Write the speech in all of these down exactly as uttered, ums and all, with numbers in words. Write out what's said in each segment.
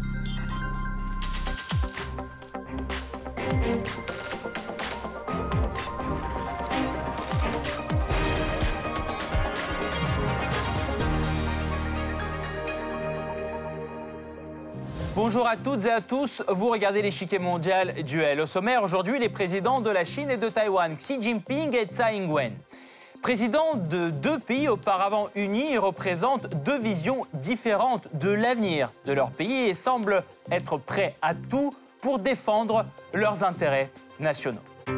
Bonjour à toutes et à tous, vous regardez l'échiquier mondial Duel. Au sommaire, aujourd'hui, les présidents de la Chine et de Taïwan, Xi Jinping et Tsai Ing-wen. Présidents de deux pays auparavant unis, ils représentent deux visions différentes de l'avenir de leur pays et semblent être prêts à tout pour défendre leurs intérêts nationaux.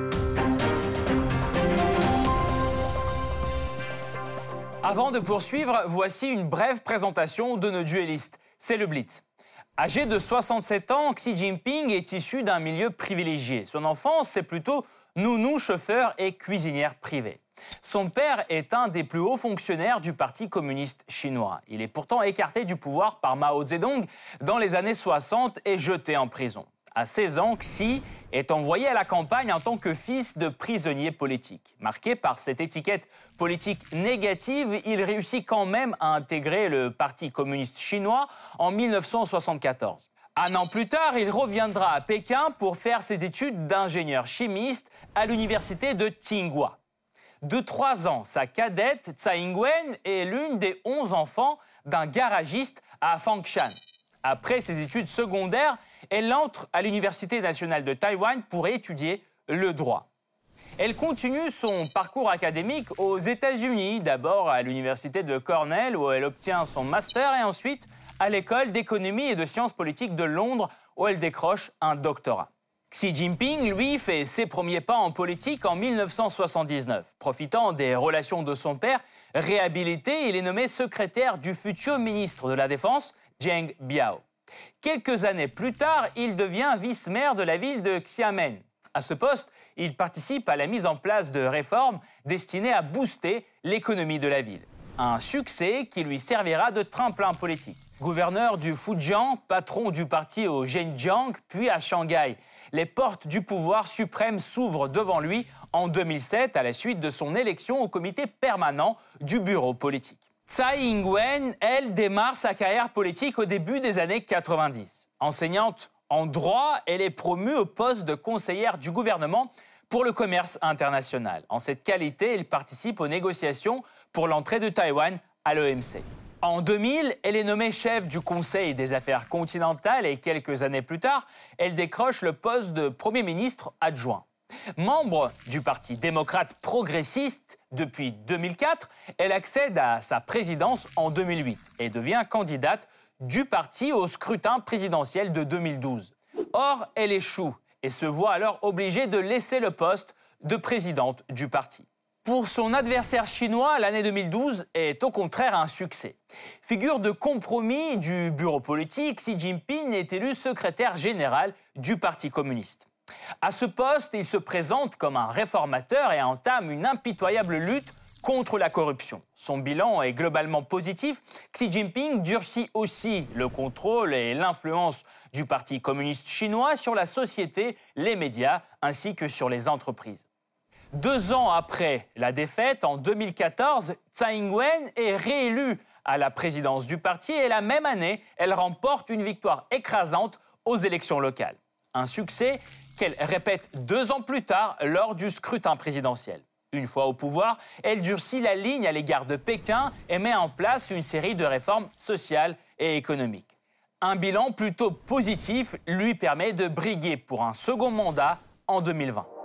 Avant de poursuivre, voici une brève présentation de nos duellistes. C'est le Blitz. Âgé de soixante-sept ans, Xi Jinping est issu d'un milieu privilégié. Son enfance, c'est plutôt nounou, chauffeur et cuisinière privée. Son père est un des plus hauts fonctionnaires du Parti communiste chinois. Il est pourtant écarté du pouvoir par Mao Zedong dans les années soixante et jeté en prison. À seize ans, Xi est envoyé à la campagne en tant que fils de prisonnier politique. Marqué par cette étiquette politique négative, il réussit quand même à intégrer le Parti communiste chinois en mille neuf cent soixante-quatorze. Un an plus tard, il reviendra à Pékin pour faire ses études d'ingénieur chimiste à l'université de Tsinghua. De trois ans, sa cadette, Tsai Ing-wen, est l'une des onze enfants d'un garagiste à Fangshan. Après ses études secondaires, elle entre à l'Université nationale de Taïwan pour étudier le droit. Elle continue son parcours académique aux États-Unis, d'abord à l'Université de Cornell où elle obtient son master et ensuite à l'École d'économie et de sciences politiques de Londres où elle décroche un doctorat. Xi Jinping, lui, fait ses premiers pas en politique en mille neuf cent soixante-dix-neuf. Profitant des relations de son père, réhabilité, il est nommé secrétaire du futur ministre de la Défense, Zheng Biao. Quelques années plus tard, il devient vice-maire de la ville de Xiamen. À ce poste, il participe à la mise en place de réformes destinées à booster l'économie de la ville. Un succès qui lui servira de tremplin politique. Gouverneur du Fujian, patron du parti au Zhejiang, puis à Shanghai, les portes du pouvoir suprême s'ouvrent devant lui en deux mille sept à la suite de son élection au comité permanent du bureau politique. Tsai Ing-wen, elle, démarre sa carrière politique au début des années quatre-vingt-dix. Enseignante en droit, elle est promue au poste de conseillère du gouvernement pour le commerce international. En cette qualité, elle participe aux négociations pour l'entrée de Taïwan à l'O M C. En deux mille, elle est nommée chef du Conseil des affaires continentales et quelques années plus tard, elle décroche le poste de Premier ministre adjoint. Membre du Parti démocrate progressiste depuis deux mille quatre, elle accède à sa présidence en deux mille huit et devient candidate du parti au scrutin présidentiel de deux mille douze. Or, elle échoue et se voit alors obligée de laisser le poste de présidente du parti. Pour son adversaire chinois, l'année deux mille douze est au contraire un succès. Figure de compromis du bureau politique, Xi Jinping est élu secrétaire général du Parti communiste. À ce poste, il se présente comme un réformateur et entame une impitoyable lutte contre la corruption. Son bilan est globalement positif. Xi Jinping durcit aussi le contrôle et l'influence du Parti communiste chinois sur la société, les médias ainsi que sur les entreprises. Deux ans après la défaite, en deux mille quatorze, Tsai Ing-wen est réélue à la présidence du parti et la même année, elle remporte une victoire écrasante aux élections locales. Un succès qu'elle répète deux ans plus tard lors du scrutin présidentiel. Une fois au pouvoir, elle durcit la ligne à l'égard de Pékin et met en place une série de réformes sociales et économiques. Un bilan plutôt positif lui permet de briguer pour un second mandat en deux mille vingt.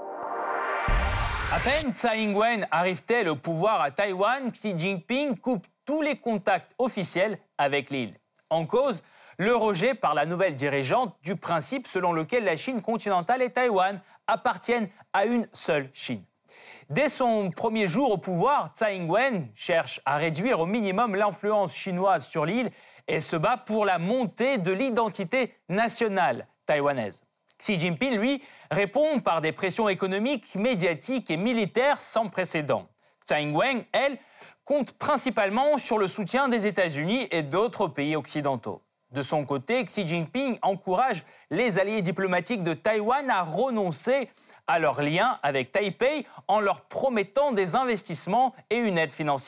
À peine Tsai Ing-wen arrive-t-elle au pouvoir à Taïwan, Xi Jinping coupe tous les contacts officiels avec l'île. En cause, le rejet par la nouvelle dirigeante du principe selon lequel la Chine continentale et Taïwan appartiennent à une seule Chine. Dès son premier jour au pouvoir, Tsai Ing-wen cherche à réduire au minimum l'influence chinoise sur l'île et se bat pour la montée de l'identité nationale taïwanaise. Xi Jinping, lui, répond par des pressions économiques, médiatiques et militaires sans précédent. Tsai Ing-wen, elle, compte principalement sur le soutien des États-Unis et d'autres pays occidentaux. De son côté, Xi Jinping encourage les alliés diplomatiques de Taïwan à renoncer à leurs liens avec Taipei en leur promettant des investissements et une aide financière.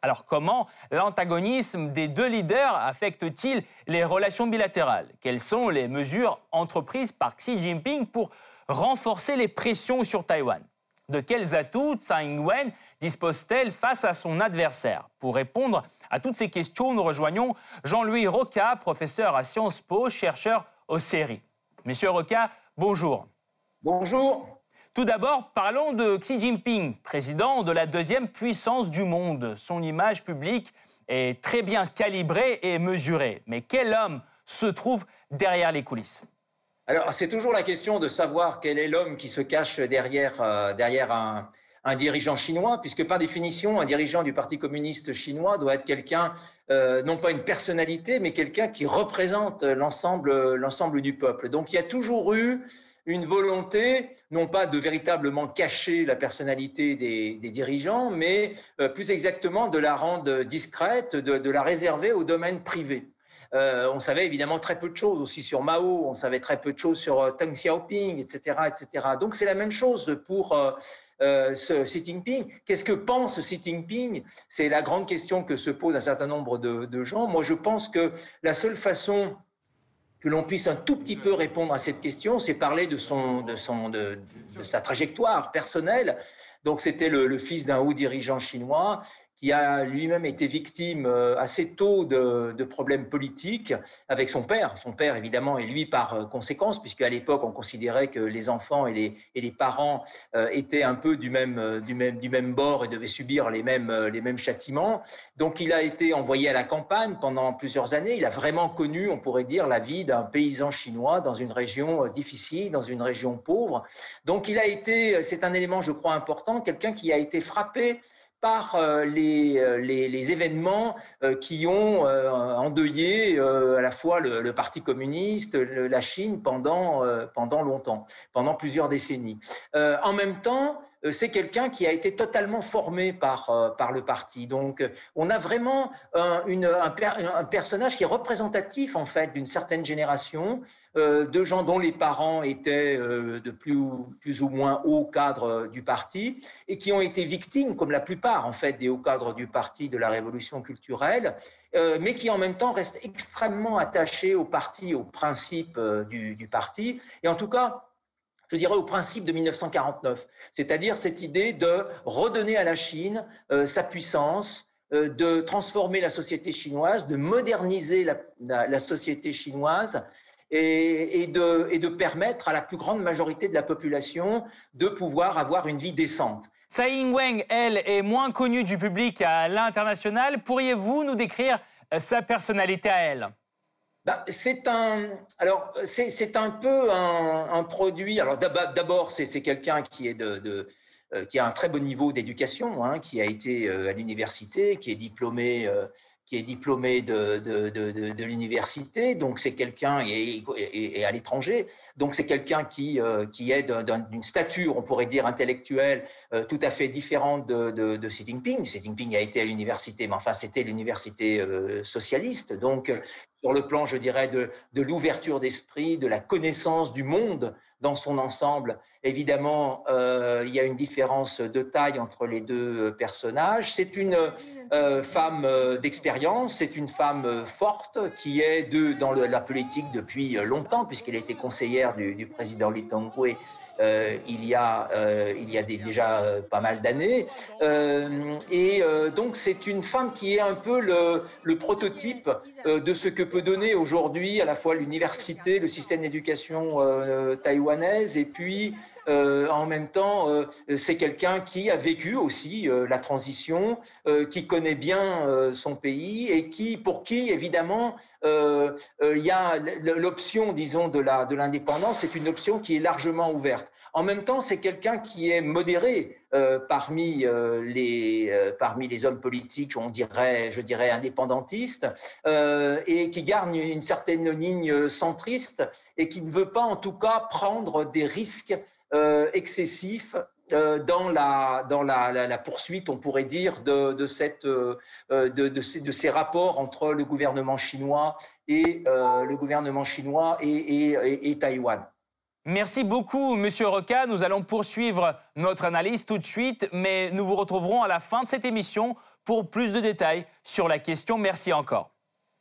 Alors comment l'antagonisme des deux leaders affecte-t-il les relations bilatérales? Quelles sont les mesures entreprises par Xi Jinping pour renforcer les pressions sur Taïwan? De quels atouts Tsai Ing-wen dispose-t-elle face à son adversaire? Pour répondre à toutes ces questions, nous rejoignons Jean-Louis Roca, professeur à Sciences Po, chercheur au C E R I. Monsieur Roca, bonjour. Bonjour. Tout d'abord, parlons de Xi Jinping, président de la deuxième puissance du monde. Son image publique est très bien calibrée et mesurée. Mais quel homme se trouve derrière les coulisses? Alors, c'est toujours la question de savoir quel est l'homme qui se cache derrière, euh, derrière un, un dirigeant chinois, puisque par définition, un dirigeant du Parti communiste chinois doit être quelqu'un, euh, non pas une personnalité, mais quelqu'un qui représente l'ensemble, l'ensemble du peuple. Donc, il y a toujours eu une volonté, non pas de véritablement cacher la personnalité des, des dirigeants, mais euh, plus exactement de la rendre discrète, de, de la réserver au domaine privé. Euh, on savait évidemment très peu de choses aussi sur Mao, on savait très peu de choses sur euh, Deng Xiaoping, et cetera, et cetera. Donc c'est la même chose pour euh, euh, ce Xi Jinping. Qu'est-ce que pense Xi Jinping? C'est la grande question que se pose un certain nombre de, de gens. Moi, je pense que la seule façon que l'on puisse un tout petit peu répondre à cette question, c'est parler de, son, de, son, de, de sa trajectoire personnelle. Donc c'était le, le fils d'un haut dirigeant chinois qui a lui-même été victime assez tôt de, de problèmes politiques avec son père. Son père, évidemment, et lui par conséquence, puisqu'à l'époque, on considérait que les enfants et les, et les parents euh, étaient un peu du même, du, même, du même bord et devaient subir les mêmes, les mêmes châtiments. Donc, il a été envoyé à la campagne pendant plusieurs années. Il a vraiment connu, on pourrait dire, la vie d'un paysan chinois dans une région difficile, dans une région pauvre. Donc, il a été, c'est un élément, je crois, important, quelqu'un qui a été frappé par les, les, les événements qui ont endeuillé à la fois le, le Parti communiste, la Chine pendant, pendant longtemps, pendant plusieurs décennies. En même temps, c'est quelqu'un qui a été totalement formé par, par le parti. Donc, on a vraiment un, une, un, un personnage qui est représentatif, en fait, d'une certaine génération, euh, de gens dont les parents étaient euh, de plus ou, plus ou moins hauts cadres du parti et qui ont été victimes, comme la plupart, en fait, des hauts cadres du parti de la révolution culturelle, euh, mais qui, en même temps, restent extrêmement attachés au parti, aux principes euh, du, du parti. Et en tout cas, je dirais au principe de mille neuf cent quarante-neuf, c'est-à-dire cette idée de redonner à la Chine euh, sa puissance, euh, de transformer la société chinoise, de moderniser la, la, la société chinoise et, et, de, et de permettre à la plus grande majorité de la population de pouvoir avoir une vie décente. Tsai Ing-wen, elle, est moins connue du public à l'international. Pourriez-vous nous décrire sa personnalité à elle ? Ben, c'est un, alors c'est, c'est un peu un, un produit. Alors d'abord, c'est, c'est quelqu'un qui est de, de euh, qui a un très bon niveau d'éducation, hein, qui a été euh, à l'université, qui est diplômé, euh, qui est diplômé de, de, de, de, de l'université. Donc c'est quelqu'un et, et, et à l'étranger. Donc c'est quelqu'un qui euh, qui est d'un, d'une stature, on pourrait dire intellectuelle, euh, tout à fait différente de, de, de Xi Jinping. Xi Jinping a été à l'université, mais enfin c'était l'université euh, socialiste. Donc sur le plan, je dirais, de, de l'ouverture d'esprit, de la connaissance du monde dans son ensemble. Évidemment, euh, il y a une différence de taille entre les deux personnages. C'est une euh, femme d'expérience, c'est une femme forte qui est de, dans le, la politique depuis longtemps, puisqu'elle a été conseillère du, du président Lee Teng-hui Euh, il y a, euh, il y a des, déjà euh, pas mal d'années. Euh, et euh, donc, c'est une femme qui est un peu le, le prototype euh, de ce que peut donner aujourd'hui à la fois l'université, le système d'éducation euh, taïwanaise, et puis euh, en même temps, euh, c'est quelqu'un qui a vécu aussi euh, la transition, euh, qui connaît bien euh, son pays et qui, pour qui, évidemment, euh, euh, il y a l'option, disons, de la, de l'indépendance, c'est une option qui est largement ouverte. En même temps, c'est quelqu'un qui est modéré euh, parmi, euh, les, euh, parmi les hommes politiques, on dirait, je dirais, indépendantistes, euh, et qui garde une certaine ligne centriste et qui ne veut pas, en tout cas, prendre des risques euh, excessifs euh, dans, la, dans la, la, la poursuite, on pourrait dire, de, de, cette, euh, de, de, ces, de ces rapports entre le gouvernement chinois et, euh, le gouvernement chinois et, et, et, et Taïwan. Merci beaucoup, Monsieur Roca. Nous allons poursuivre notre analyse tout de suite, mais nous vous retrouverons à la fin de cette émission pour plus de détails sur la question. Merci encore.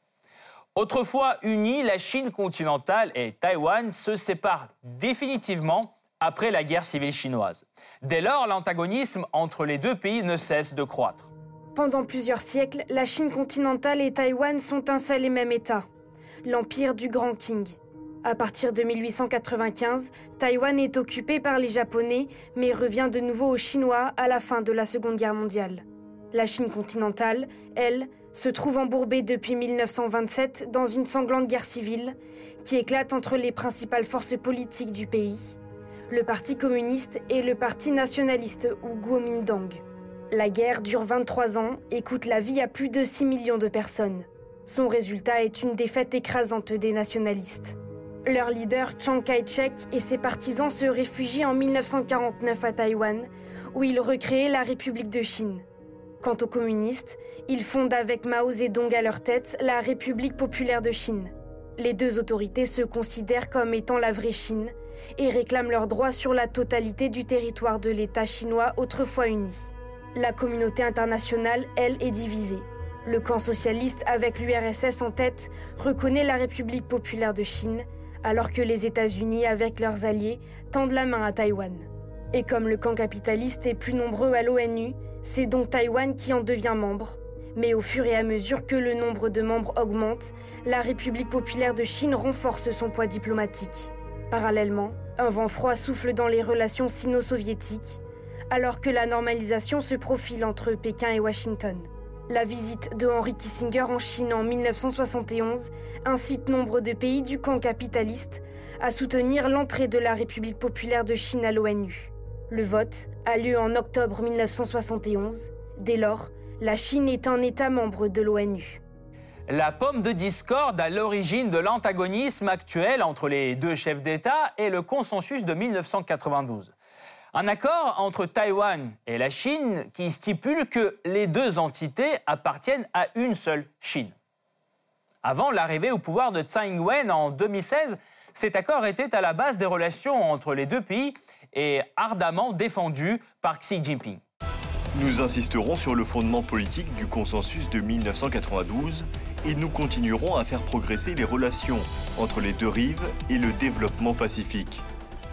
Autrefois unis, la Chine continentale et Taïwan se séparent définitivement après la guerre civile chinoise. Dès lors, l'antagonisme entre les deux pays ne cesse de croître. Pendant plusieurs siècles, la Chine continentale et Taïwan sont un seul et même État, l'empire du Grand Qing. À partir de mille huit cent quatre-vingt-quinze, Taïwan est occupé par les Japonais, mais revient de nouveau aux Chinois à la fin de la Seconde Guerre mondiale. La Chine continentale, elle, se trouve embourbée depuis mille neuf cent vingt-sept dans une sanglante guerre civile qui éclate entre les principales forces politiques du pays, le Parti communiste et le Parti nationaliste ou Kuomintang. La guerre dure vingt-trois ans et coûte la vie à plus de six millions de personnes. Son résultat est une défaite écrasante des nationalistes. Leur leader, Chiang Kai-shek, et ses partisans se réfugient en mille neuf cent quarante-neuf à Taïwan, où ils recréent la République de Chine. Quant aux communistes, ils fondent avec Mao Zedong à leur tête la République populaire de Chine. Les deux autorités se considèrent comme étant la vraie Chine et réclament leurs droits sur la totalité du territoire de l'État chinois autrefois uni. La communauté internationale, elle, est divisée. Le camp socialiste, avec l'U R S S en tête, reconnaît la République populaire de Chine, alors que les États-Unis, avec leurs alliés, tendent la main à Taïwan. Et comme le camp capitaliste est plus nombreux à l'ONU, c'est donc Taïwan qui en devient membre. Mais au fur et à mesure que le nombre de membres augmente, la République populaire de Chine renforce son poids diplomatique. Parallèlement, un vent froid souffle dans les relations sino-soviétiques, alors que la normalisation se profile entre Pékin et Washington. La visite de Henry Kissinger en Chine en mille neuf cent soixante et onze incite nombre de pays du camp capitaliste à soutenir l'entrée de la République populaire de Chine à l'ONU. Le vote a lieu en octobre mille neuf cent soixante et onze. Dès lors, la Chine est un État membre de l'ONU. La pomme de discorde à l'origine de l'antagonisme actuel entre les deux chefs d'État est le consensus de mille neuf cent quatre-vingt-douze. Un accord entre Taïwan et la Chine qui stipule que les deux entités appartiennent à une seule Chine. Avant l'arrivée au pouvoir de Tsai Ing-wen en deux mille seize, cet accord était à la base des relations entre les deux pays et ardemment défendu par Xi Jinping. Nous insisterons sur le fondement politique du consensus de mille neuf cent quatre-vingt-douze et nous continuerons à faire progresser les relations entre les deux rives et le développement pacifique.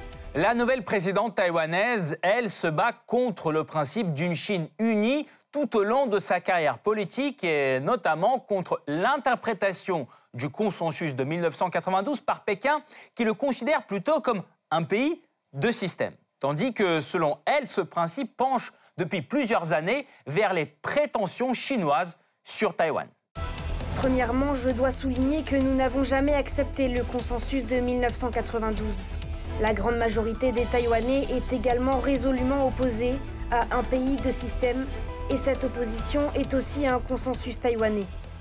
La nouvelle présidente taïwanaise, elle, se bat contre le principe d'une Chine unie tout au long de sa carrière politique et notamment contre l'interprétation du consensus de mille neuf cent quatre-vingt-douze par Pékin qui le considère plutôt comme un pays de système. Tandis que, selon elle, ce principe penche depuis plusieurs années vers les prétentions chinoises sur Taïwan. Premièrement, je dois souligner que nous n'avons jamais accepté le consensus de mille neuf cent quatre-vingt-douze. La grande majorité des Taïwanais est également résolument opposée à un pays de système et cette opposition est aussi un consensus taïwanais.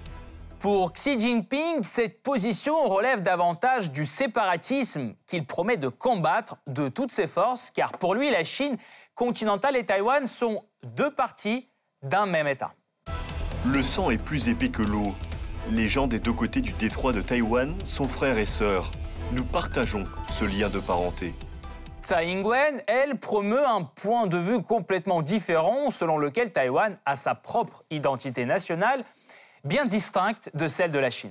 Pour Xi Jinping, cette position relève davantage du séparatisme qu'il promet de combattre de toutes ses forces, car pour lui, la Chine continentale et Taïwan sont deux parties d'un même État. Le sang est plus épais que l'eau. Les gens des deux côtés du détroit de Taïwan sont frères et sœurs. Nous partageons ce lien de parenté. Tsai Ing-wen, elle, promeut un point de vue complètement différent selon lequel Taïwan a sa propre identité nationale, bien distincte de celle de la Chine.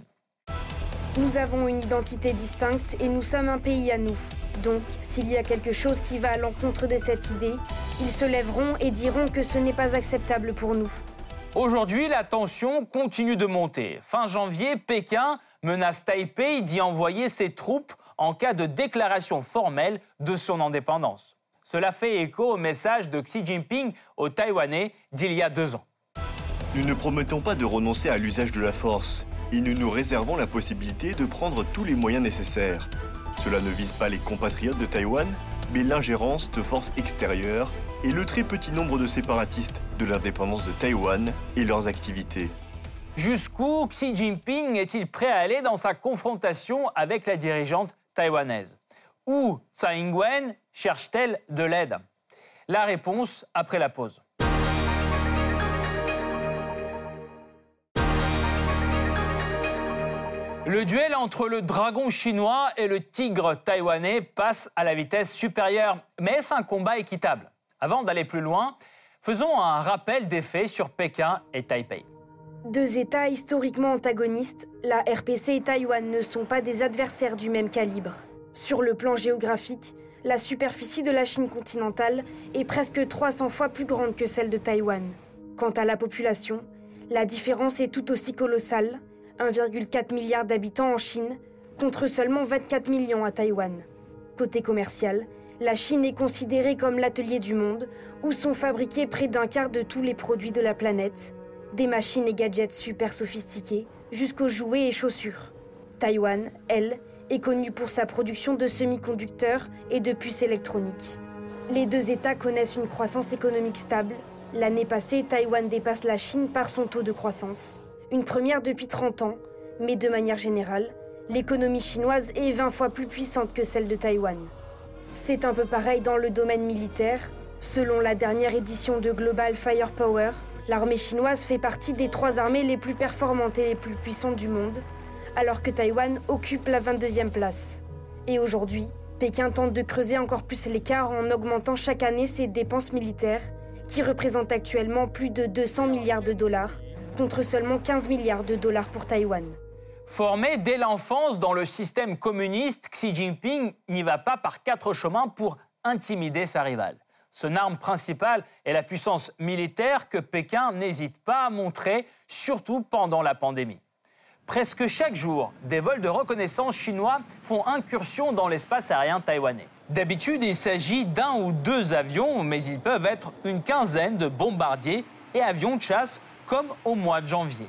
Nous avons une identité distincte et nous sommes un pays à nous. Donc, s'il y a quelque chose qui va à l'encontre de cette idée, ils se lèveront et diront que ce n'est pas acceptable pour nous. Aujourd'hui, la tension continue de monter. Fin janvier, Pékin menace Taipei d'y envoyer ses troupes en cas de déclaration formelle de son indépendance. Cela fait écho au message de Xi Jinping aux Taïwanais d'il y a deux ans. Nous ne promettons pas de renoncer à l'usage de la force et nous nous réservons la possibilité de prendre tous les moyens nécessaires. Cela ne vise pas les compatriotes de Taïwan, mais l'ingérence de forces extérieures et le très petit nombre de séparatistes de l'indépendance de Taïwan et leurs activités. Jusqu'où Xi Jinping est-il prêt à aller dans sa confrontation avec la dirigeante taïwanaise? Où Tsai Ing-wen cherche-t-elle de l'aide? La réponse après la pause. Le duel entre le dragon chinois et le tigre taïwanais passe à la vitesse supérieure. Mais est-ce un combat équitable? Avant d'aller plus loin, faisons un rappel des faits sur Pékin et Taipei. Deux États historiquement antagonistes, la R P C et Taïwan ne sont pas des adversaires du même calibre. Sur le plan géographique, la superficie de la Chine continentale est presque trois cents fois plus grande que celle de Taïwan. Quant à la population, la différence est tout aussi colossale, un virgule quatre milliard d'habitants en Chine, contre seulement vingt-quatre millions à Taïwan. Côté commercial, la Chine est considérée comme l'atelier du monde, où sont fabriqués près d'un quart de tous les produits de la planète, des machines et gadgets super sophistiqués, jusqu'aux jouets et chaussures. Taïwan, elle, est connue pour sa production de semi-conducteurs et de puces électroniques. Les deux États connaissent une croissance économique stable. L'année passée, Taïwan dépasse la Chine par son taux de croissance. Une première depuis trente ans, mais de manière générale, l'économie chinoise est vingt fois plus puissante que celle de Taïwan. C'est un peu pareil dans le domaine militaire. Selon la dernière édition de Global Firepower, l'armée chinoise fait partie des trois armées les plus performantes et les plus puissantes du monde, alors que Taïwan occupe la vingt-deuxième place. Et aujourd'hui, Pékin tente de creuser encore plus l'écart en augmentant chaque année ses dépenses militaires, qui représentent actuellement plus de deux cents milliards de dollars, contre seulement quinze milliards de dollars pour Taïwan. Formé dès l'enfance dans le système communiste, Xi Jinping n'y va pas par quatre chemins pour intimider sa rivale. Son arme principale est la puissance militaire que Pékin n'hésite pas à montrer, surtout pendant la pandémie. Presque chaque jour, des vols de reconnaissance chinois font incursion dans l'espace aérien taïwanais. D'habitude, il s'agit d'un ou deux avions, mais ils peuvent être une quinzaine de bombardiers et avions de chasse, comme au mois de janvier.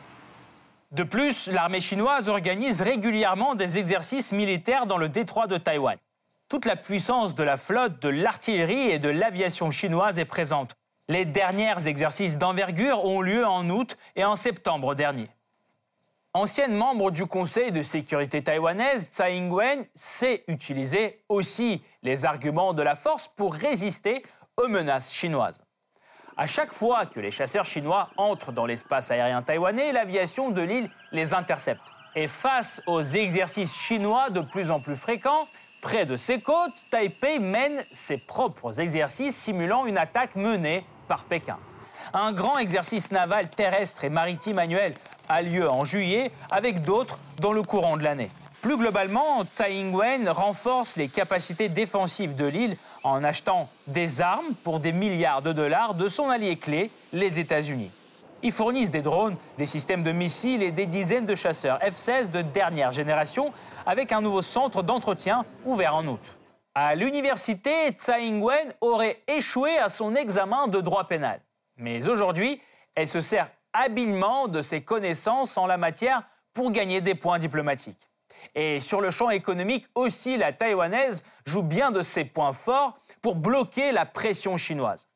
De plus, l'armée chinoise organise régulièrement des exercices militaires dans le détroit de Taïwan. Toute la puissance de la flotte, de l'artillerie et de l'aviation chinoise est présente. Les derniers exercices d'envergure ont lieu en août et en septembre dernier. Ancienne membre du Conseil de sécurité taïwanaise, Tsai Ing-wen sait utiliser aussi les arguments de la force pour résister aux menaces chinoises. À chaque fois que les chasseurs chinois entrent dans l'espace aérien taïwanais, l'aviation de l'île les intercepte. Et face aux exercices chinois de plus en plus fréquents, près de ses côtes, Taipei mène ses propres exercices simulant une attaque menée par Pékin. Un grand exercice naval terrestre et maritime annuel a lieu en juillet, avec d'autres dans le courant de l'année. Plus globalement, Tsai Ing-wen renforce les capacités défensives de l'île en achetant des armes pour des milliards de dollars de son allié clé, les États-Unis. Ils fournissent des drones, des systèmes de missiles et des dizaines de chasseurs F seize de dernière génération, avec un nouveau centre d'entretien ouvert en août. À l'université, Tsai Ing-wen aurait échoué à son examen de droit pénal. Mais aujourd'hui, elle se sert habilement de ses connaissances en la matière pour gagner des points diplomatiques. Et sur le champ économique aussi, la taïwanaise joue bien de ses points forts pour bloquer la pression chinoise.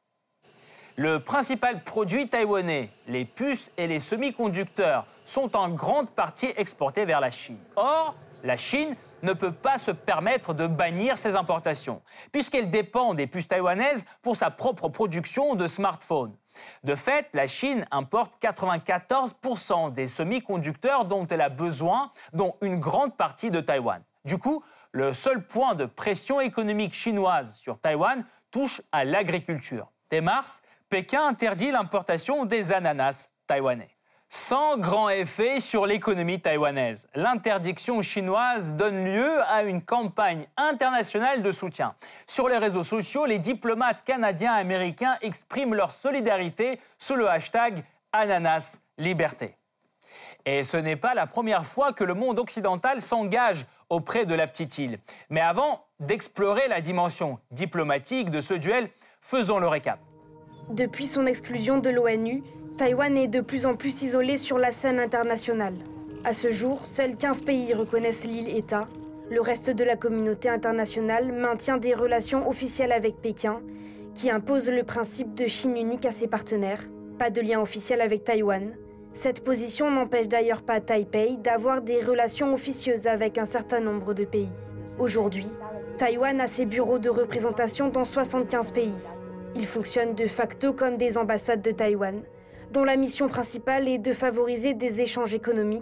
Le principal produit taïwanais, les puces et les semi-conducteurs, sont en grande partie exportés vers la Chine. Or, la Chine ne peut pas se permettre de bannir ces importations, puisqu'elle dépend des puces taïwanaises pour sa propre production de smartphones. De fait, la Chine importe quatre-vingt-quatorze pour cent des semi-conducteurs dont elle a besoin, dont une grande partie de Taïwan. Du coup, le seul point de pression économique chinoise sur Taïwan touche à l'agriculture. Dès mars, Pékin interdit l'importation des ananas taïwanais. Sans grand effet sur l'économie taïwanaise, l'interdiction chinoise donne lieu à une campagne internationale de soutien. Sur les réseaux sociaux, les diplomates canadiens et américains expriment leur solidarité sous le hashtag Ananas Liberté. Et ce n'est pas la première fois que le monde occidental s'engage auprès de la petite île. Mais avant d'explorer la dimension diplomatique de ce duel, faisons le récap. Depuis son exclusion de l'ONU, Taïwan est de plus en plus isolé sur la scène internationale. À ce jour, seuls quinze pays reconnaissent l'île-État. Le reste de la communauté internationale maintient des relations officielles avec Pékin, qui impose le principe de Chine unique à ses partenaires. Pas de lien officiel avec Taïwan. Cette position n'empêche d'ailleurs pas Taipei d'avoir des relations officieuses avec un certain nombre de pays. Aujourd'hui, Taïwan a ses bureaux de représentation dans soixante-quinze pays. Ils fonctionnent de facto comme des ambassades de Taïwan, dont la mission principale est de favoriser des échanges économiques,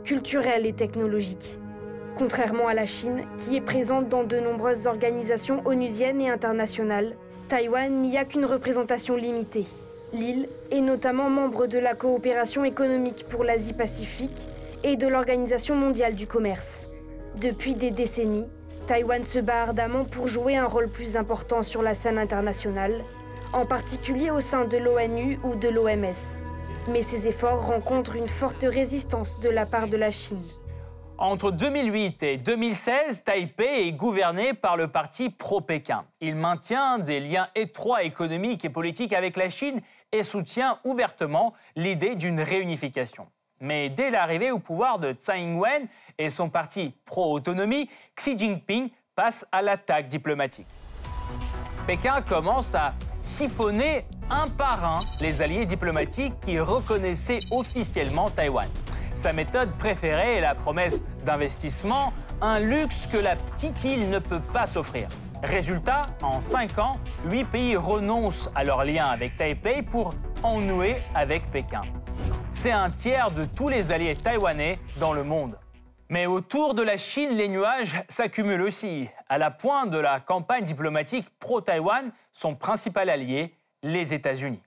culturelle et technologique. Contrairement à la Chine, qui est présente dans de nombreuses organisations onusiennes et internationales, Taïwan n'y a qu'une représentation limitée. L'île est notamment membre de la coopération économique pour l'Asie-Pacifique et de l'Organisation mondiale du commerce. Depuis des décennies, Taïwan se bat ardemment pour jouer un rôle plus important sur la scène internationale, en particulier au sein de l'ONU ou de l'O M S. Mais ces efforts rencontrent une forte résistance de la part de la Chine. Entre deux mille huit et deux mille seize, Taipei est gouverné par le parti pro-Pékin. Il maintient des liens étroits économiques et politiques avec la Chine et soutient ouvertement l'idée d'une réunification. Mais dès l'arrivée au pouvoir de Tsai Ing-wen et son parti pro-autonomie, Xi Jinping passe à l'attaque diplomatique. Pékin commence à siphonner un par un les alliés diplomatiques qui reconnaissaient officiellement Taïwan. Sa méthode préférée est la promesse d'investissement, un luxe que la petite île ne peut pas s'offrir. Résultat, en cinq ans, huit pays renoncent à leurs liens avec Taipei pour en nouer avec Pékin. C'est un tiers de tous les alliés taïwanais dans le monde. Mais autour de la Chine, les nuages s'accumulent aussi. À la pointe de la campagne diplomatique pro-Taïwan, son principal allié, les États-Unis.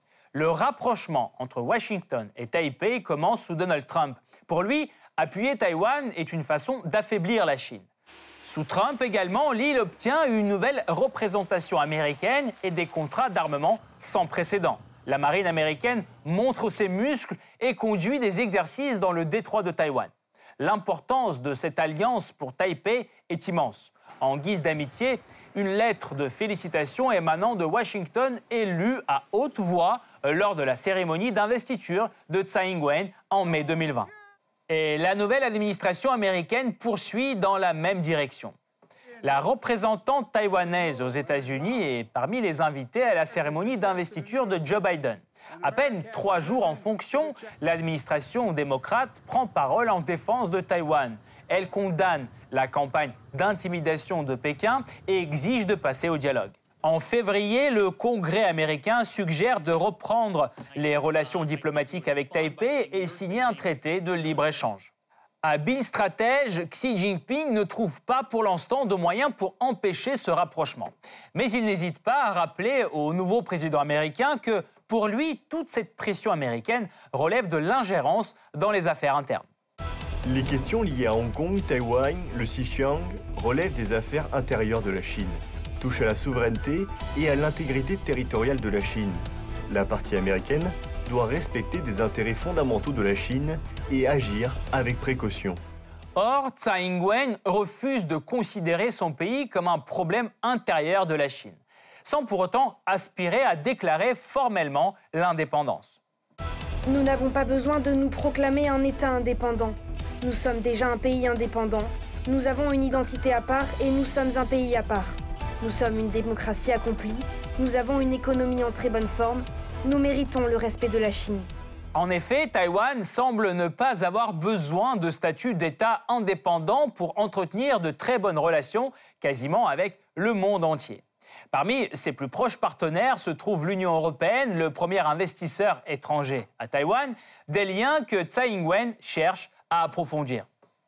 Le rapprochement entre Washington et Taipei commence sous Donald Trump. Pour lui, appuyer Taïwan est une façon d'affaiblir la Chine. Sous Trump également, l'île obtient une nouvelle représentation américaine et des contrats d'armement sans précédent. La marine américaine montre ses muscles et conduit des exercices dans le détroit de Taïwan. L'importance de cette alliance pour Taipei est immense. En guise d'amitié, une lettre de félicitations émanant de Washington est lue à haute voix lors de la cérémonie d'investiture de Tsai Ing-wen en mai deux mille vingt. Et la nouvelle administration américaine poursuit dans la même direction. La représentante taïwanaise aux États-Unis est parmi les invités à la cérémonie d'investiture de Joe Biden. À peine trois jours en fonction, l'administration démocrate prend parole en défense de Taïwan. Elle condamne la campagne d'intimidation de Pékin et exige de passer au dialogue. En février, le Congrès américain suggère de reprendre les relations diplomatiques avec Taipei et signer un traité de libre-échange. Habile stratège, Xi Jinping ne trouve pas pour l'instant de moyens pour empêcher ce rapprochement. Mais il n'hésite pas à rappeler au nouveau président américain que, pour lui, toute cette pression américaine relève de l'ingérence dans les affaires internes. Les questions liées à Hong Kong, Taïwan, le Xinjiang relèvent des affaires intérieures de la Chine, touchent à la souveraineté et à l'intégrité territoriale de la Chine. La partie américaine doit respecter des intérêts fondamentaux de la Chine et agir avec précaution. Or, Tsai Ing-wen refuse de considérer son pays comme un problème intérieur de la Chine, sans pour autant aspirer à déclarer formellement l'indépendance. Nous n'avons pas besoin de nous proclamer un État indépendant. Nous sommes déjà un pays indépendant. Nous avons une identité à part et nous sommes un pays à part. Nous sommes une démocratie accomplie. Nous avons une économie en très bonne forme. Nous méritons le respect de la Chine. En effet, Taïwan semble ne pas avoir besoin de statut d'État indépendant pour entretenir de très bonnes relations quasiment avec le monde entier. Parmi ses plus proches partenaires se trouve l'Union européenne, le premier investisseur étranger à Taïwan, des liens que Tsai Ing-wen cherche à approfondir.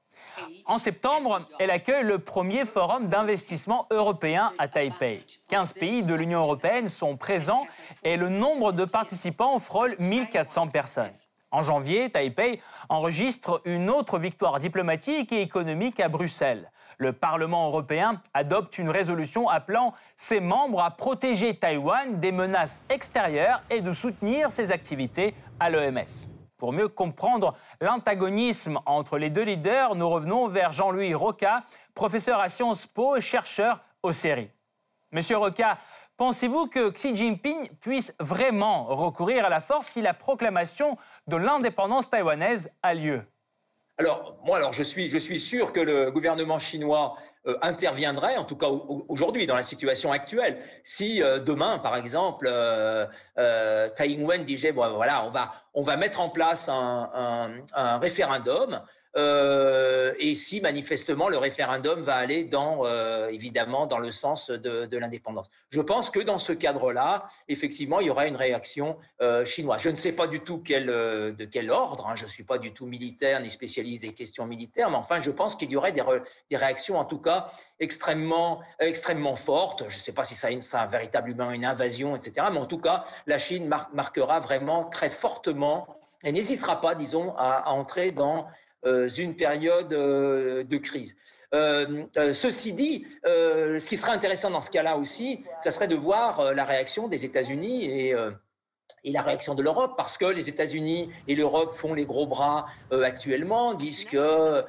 En septembre, elle accueille le premier forum d'investissement européen à Taipei. quinze pays de l'Union européenne sont présents et le nombre de participants frôle mille quatre cents personnes. En janvier, Taipei enregistre une autre victoire diplomatique et économique à Bruxelles. Le Parlement européen adopte une résolution appelant ses membres à protéger Taïwan des menaces extérieures et de soutenir ses activités à l'O M S. Pour mieux comprendre l'antagonisme entre les deux leaders, nous revenons vers Jean-Louis Roca, professeur à Sciences Po et chercheur au C E R I. Monsieur Roca, pensez-vous que Xi Jinping puisse vraiment recourir à la force si la proclamation de l'indépendance taïwanaise a lieu ? Alors, moi, alors, je suis, je suis sûr que le gouvernement chinois euh, interviendrait, en tout cas aujourd'hui, dans la situation actuelle. Si euh, demain, par exemple, euh, euh, Tsai Ing-wen disait, bon, voilà, on va, on va mettre en place un, un, un référendum Euh, et si manifestement le référendum va aller dans, euh, évidemment, dans le sens de, de l'indépendance. Je pense que dans ce cadre-là, effectivement, il y aura une réaction euh, chinoise. Je ne sais pas du tout quel, euh, de quel ordre, hein, je ne suis pas du tout militaire ni spécialiste des questions militaires, mais enfin, je pense qu'il y aurait des, re, des réactions, en tout cas, extrêmement, extrêmement fortes. Je ne sais pas si ça a, une, ça a véritablement une invasion, et cetera, mais en tout cas, la Chine mar marquera vraiment très fortement et n'hésitera pas, disons, à, à entrer dans Euh, une période euh, de crise. Euh, euh, ceci dit, euh, ce qui serait intéressant dans ce cas-là aussi, ça serait de voir euh, la réaction des États-Unis et, euh, et la réaction de l'Europe, parce que les États-Unis et l'Europe font les gros bras euh, actuellement, disent que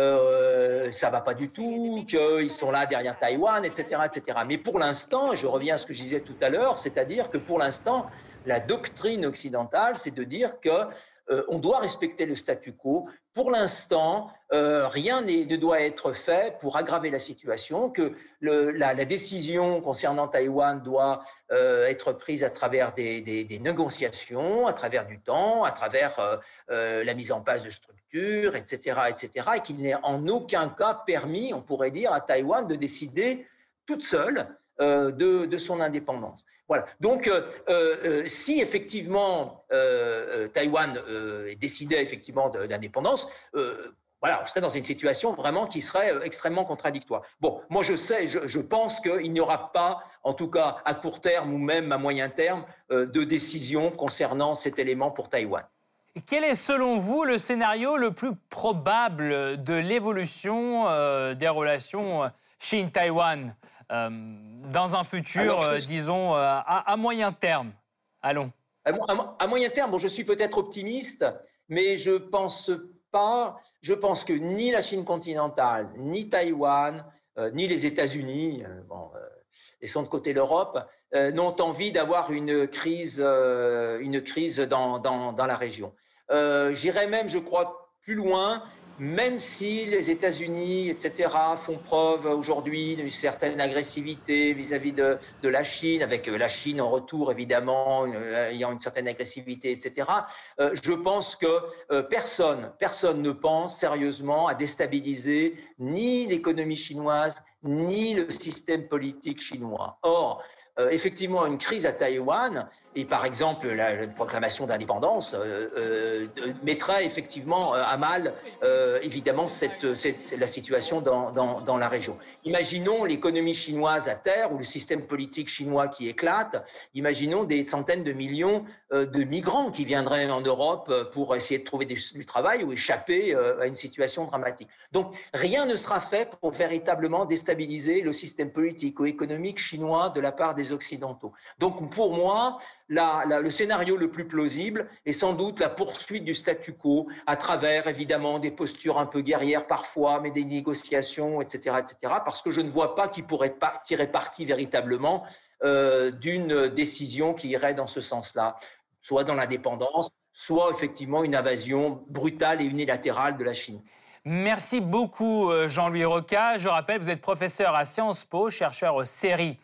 euh, ça va pas du tout, qu'ils sont là derrière Taïwan, et cetera, et cetera. Mais pour l'instant, je reviens à ce que je disais tout à l'heure, c'est-à-dire que pour l'instant, la doctrine occidentale, c'est de dire que Euh, on doit respecter le statu quo. Pour l'instant, euh, rien ne doit être fait pour aggraver la situation, que le, la, la décision concernant Taïwan doit euh, être prise à travers des, des, des négociations, à travers du temps, à travers euh, euh, la mise en place de structures, et cetera, et cetera, et qu'il n'est en aucun cas permis, on pourrait dire, à Taïwan de décider toute seule Euh, de, de son indépendance. Voilà. Donc, euh, euh, si effectivement euh, Taïwan euh, décidait effectivement d'indépendance, euh, voilà, on serait dans une situation vraiment qui serait extrêmement contradictoire. Bon, moi je sais, je, je pense qu'il n'y aura pas, en tout cas à court terme ou même à moyen terme, euh, de décision concernant cet élément pour Taïwan. Et quel est selon vous le scénario le plus probable de l'évolution euh, des relations Chine-Taïwan Euh, dans un futur, Alors, je... euh, disons, euh, à, à moyen terme? Allons. À, à, à moyen terme, bon, je suis peut-être optimiste, mais je pense pas, je pense que ni la Chine continentale, ni Taïwan, euh, ni les États-Unis, euh, bon, euh, laissons de côté l'Europe, euh, n'ont envie d'avoir une crise, euh, une crise dans, dans, dans la région. Euh, J'irais même, je crois, plus loin. Même si les États-Unis, et cetera, font preuve aujourd'hui d'une certaine agressivité vis-à-vis de, de la Chine, avec la Chine en retour, évidemment, euh, ayant une certaine agressivité, et cetera, euh, je pense que euh, personne, personne ne pense sérieusement à déstabiliser ni l'économie chinoise, ni le système politique chinois. Or, Euh, effectivement, une crise à Taïwan, et par exemple la, la proclamation d'indépendance, euh, euh, mettrait effectivement à mal, euh, évidemment, cette, cette, la situation dans, dans, dans la région. Imaginons l'économie chinoise à terre, ou le système politique chinois qui éclate. Imaginons des centaines de millions euh, de migrants qui viendraient en Europe pour essayer de trouver des, du travail ou échapper euh, à une situation dramatique. Donc, rien ne sera fait pour véritablement déstabiliser le système politique ou économique chinois de la part des Occidentaux. Donc pour moi, la, la, le scénario le plus plausible est sans doute la poursuite du statu quo à travers évidemment des postures un peu guerrières parfois, mais des négociations, et cetera, et cetera, parce que je ne vois pas qui pourrait pas tirer parti véritablement euh, d'une décision qui irait dans ce sens-là, soit dans l'indépendance, soit effectivement une invasion brutale et unilatérale de la Chine. Merci beaucoup Jean-Louis Rocca. Je rappelle, vous êtes professeur à Sciences Po, chercheur aux séries.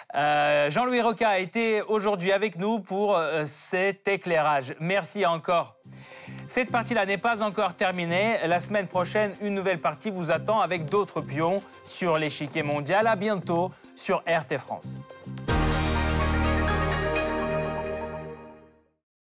Euh, Jean-Louis Rocca a été aujourd'hui avec nous pour euh, cet éclairage. Merci encore. Cette partie-là n'est pas encore terminée. La semaine prochaine, une nouvelle partie vous attend avec d'autres pions sur l'échiquier mondial. À bientôt sur R T France.